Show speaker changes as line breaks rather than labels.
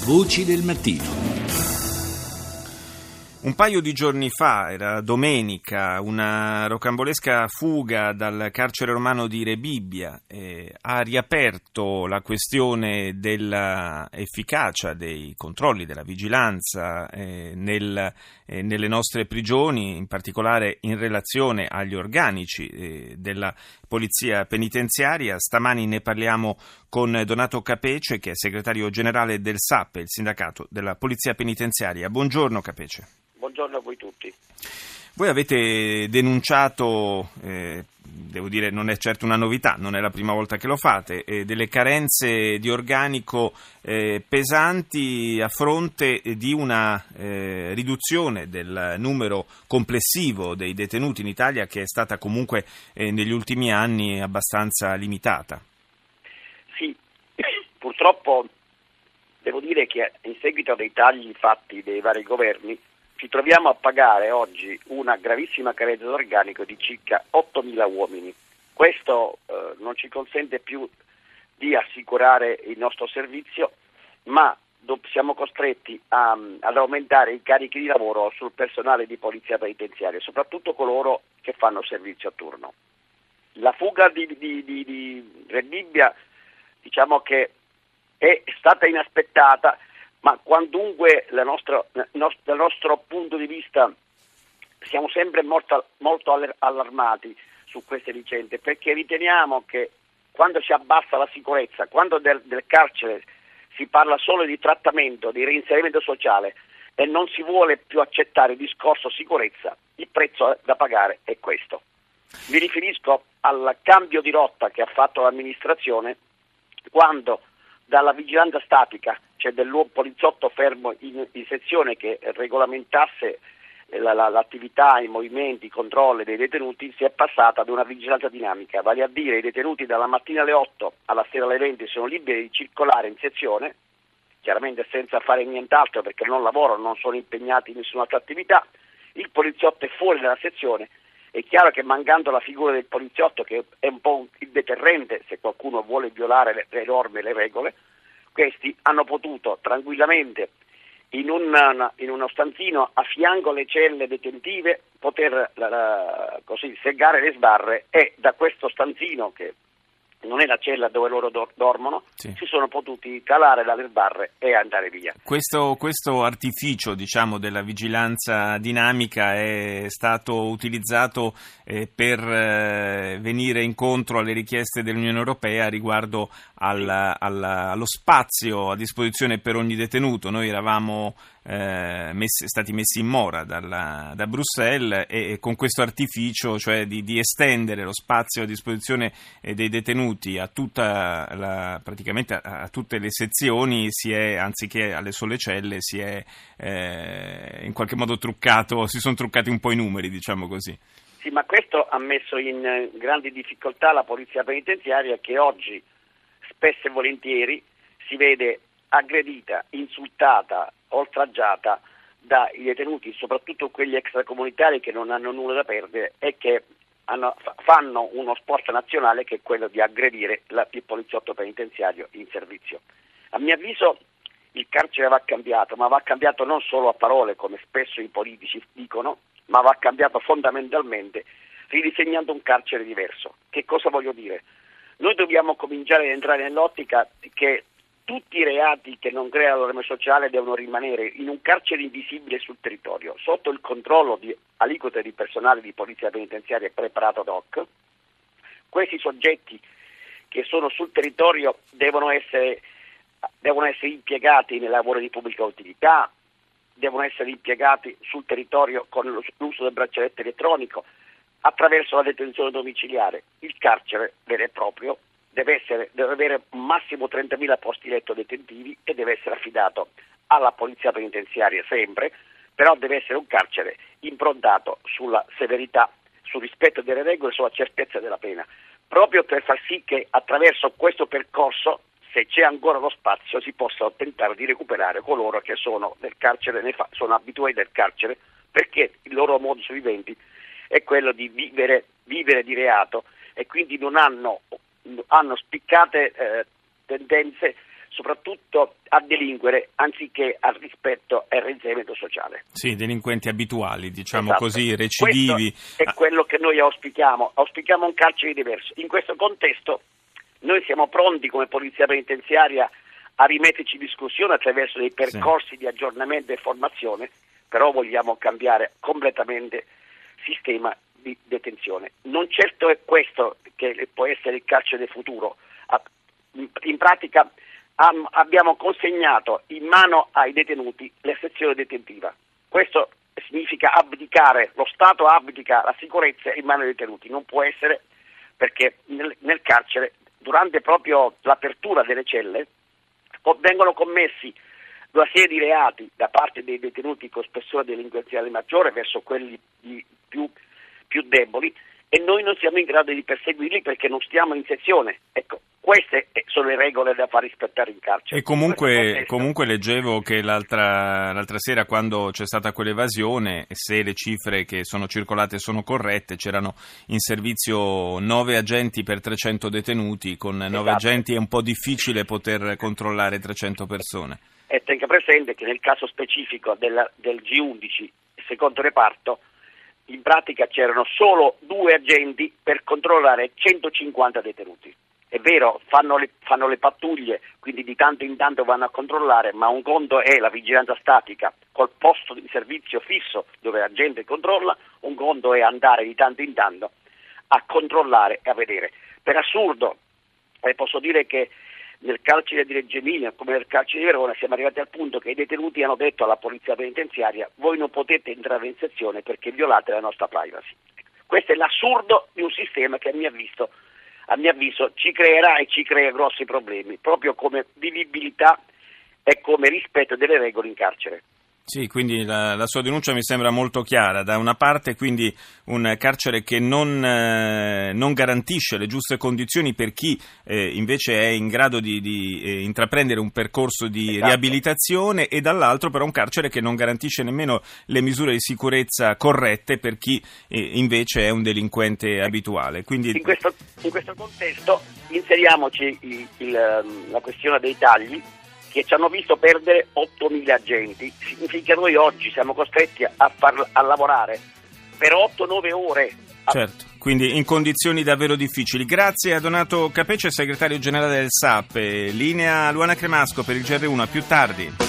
Voci del mattino. Un paio di giorni fa, era domenica, una rocambolesca fuga dal carcere romano di Rebibbia ha riaperto la questione dell'efficacia dei controlli, della vigilanza nelle nostre prigioni, in particolare in relazione agli organici della Polizia Penitenziaria. Stamani ne parliamo con Donato Capece, che è segretario generale del SAPPE, il sindacato della Polizia Penitenziaria. Buongiorno Capece.
Buongiorno a voi tutti.
Voi avete denunciato, devo dire non è certo una novità, non è la prima volta che lo fate, delle carenze di organico pesanti a fronte di una riduzione del numero complessivo dei detenuti in Italia, che è stata comunque negli ultimi anni abbastanza limitata.
Sì, purtroppo devo dire che in seguito ai tagli fatti dai vari governi ci troviamo a pagare oggi una gravissima carenza di organico di circa 8.000 uomini. Questo non ci consente più di assicurare il nostro servizio, ma siamo costretti ad aumentare i carichi di lavoro sul personale di polizia penitenziaria, soprattutto coloro che fanno servizio a turno. La fuga di Rebibbia, diciamo che è stata inaspettata, ma quandunque dal nostro punto di vista siamo sempre molto allarmati su queste vicende, perché riteniamo che quando si abbassa la sicurezza, quando del carcere si parla solo di trattamento, di reinserimento sociale e non si vuole più accettare il discorso sicurezza, il prezzo da pagare è questo. Mi riferisco al cambio di rotta che ha fatto l'amministrazione quando dalla vigilanza statica, cioè dell'uomo poliziotto fermo in sezione che regolamentasse l'attività, i movimenti, i controlli dei detenuti, si è passata ad una vigilanza dinamica, vale a dire i detenuti dalla mattina alle 8 alla sera alle 20 sono liberi di circolare in sezione, chiaramente senza fare nient'altro perché non lavorano, non sono impegnati in nessun'altra attività, il poliziotto è fuori dalla sezione. È chiaro che mancando la figura del poliziotto, che è un po' il deterrente se qualcuno vuole violare le norme e le regole, questi hanno potuto tranquillamente in uno stanzino a fianco alle celle detentive poter così segare le sbarre, e da questo stanzino, che non è la cella dove loro dormono, sì, si sono potuti calare dalle sbarre e andare via.
Questo artificio, diciamo, della vigilanza dinamica è stato utilizzato per venire incontro alle richieste dell'Unione Europea riguardo allo spazio a disposizione per ogni detenuto. Noi eravamo stati messi in mora da Bruxelles, e con questo artificio, cioè di estendere lo spazio a disposizione dei detenuti a praticamente a tutte le sezioni, anziché alle sole celle, si è in qualche modo si sono truccati un po' i numeri, diciamo così.
Sì, ma questo ha messo in grandi difficoltà la polizia penitenziaria, che oggi spesso e volentieri si vede aggredita, insultata, oltraggiata dai detenuti, soprattutto quelli extracomunitari che non hanno nulla da perdere e che fanno uno sport nazionale, che è quello di aggredire il poliziotto penitenziario in servizio. A mio avviso il carcere va cambiato, ma va cambiato non solo a parole, come spesso i politici dicono, ma va cambiato fondamentalmente ridisegnando un carcere diverso. Che cosa voglio dire? Noi dobbiamo cominciare ad entrare nell'ottica che tutti i reati che non creano allarme sociale devono rimanere in un carcere invisibile sul territorio, sotto il controllo di aliquote di personale di polizia penitenziaria preparato ad hoc. Questi soggetti che sono sul territorio devono essere impiegati nei lavori di pubblica utilità, devono essere impiegati sul territorio con l'uso del braccialetto elettronico, attraverso la detenzione domiciliare. Il carcere vero e proprio deve avere un massimo 30.000 posti letto detentivi e deve essere affidato alla polizia penitenziaria sempre, però deve essere un carcere improntato sulla severità, sul rispetto delle regole e sulla certezza della pena, proprio per far sì che attraverso questo percorso, se c'è ancora lo spazio, si possa tentare di recuperare coloro che sono del carcere, sono abituati del carcere, perché il loro modus vivendi è quello di vivere di reato, e quindi non hanno spiccate tendenze soprattutto a delinquere anziché al rispetto e al reinserimento sociale.
Sì, delinquenti abituali, diciamo
esatto.
così, recidivi.
Questo è quello che noi auspichiamo un carcere diverso. In questo contesto noi siamo pronti come Polizia Penitenziaria a rimetterci in discussione attraverso dei percorsi di aggiornamento e formazione, però vogliamo cambiare completamente il sistema di detenzione. Non certo è questo che può essere il carcere del futuro. In pratica abbiamo consegnato in mano ai detenuti la sezione detentiva. Questo significa abdicare, lo Stato abdica la sicurezza in mano ai detenuti. Non può essere, perché nel carcere, durante proprio l'apertura delle celle, vengono commessi una serie di reati da parte dei detenuti con spessore delinquenziale maggiore verso quelli più deboli, e noi non siamo in grado di perseguirli perché non stiamo in sezione. Ecco, queste sono le regole da far rispettare in carcere.
E comunque leggevo che l'altra sera, quando c'è stata quell'evasione, se le cifre che sono circolate sono corrette, c'erano in servizio 9 agenti per 300 detenuti. Con 9 agenti è un po' difficile poter controllare 300 persone.
E tenga presente che nel caso specifico del G11, secondo reparto, in pratica c'erano solo 2 agenti per controllare 150 detenuti. È vero, fanno le pattuglie, quindi di tanto in tanto vanno a controllare, ma un conto è la vigilanza statica col posto di servizio fisso dove la gente controlla, un conto è andare di tanto in tanto a controllare e a vedere. Per assurdo, posso dire che nel carcere di Reggio Emilia, come nel carcere di Verona, siamo arrivati al punto che i detenuti hanno detto alla polizia penitenziaria: voi non potete entrare in sezione perché violate la nostra privacy. Questo è l'assurdo di un sistema che a mio avviso ci creerà e ci crea grossi problemi, proprio come vivibilità e come rispetto delle regole in carcere.
Sì, quindi la sua denuncia mi sembra molto chiara. Da una parte, quindi, un carcere che non garantisce le giuste condizioni per chi invece è in grado di intraprendere un percorso di riabilitazione, e dall'altro però un carcere che non garantisce nemmeno le misure di sicurezza corrette per chi invece è un delinquente abituale. Quindi
in questo contesto inseriamoci la questione dei tagli, che ci hanno visto perdere 8.000 agenti. Significa che noi oggi siamo costretti a lavorare per 8-9 ore.
Certo, quindi in condizioni davvero difficili. Grazie a Donato Capece, segretario generale del SAP. Linea Luana Cremasco per il GR1, a più tardi.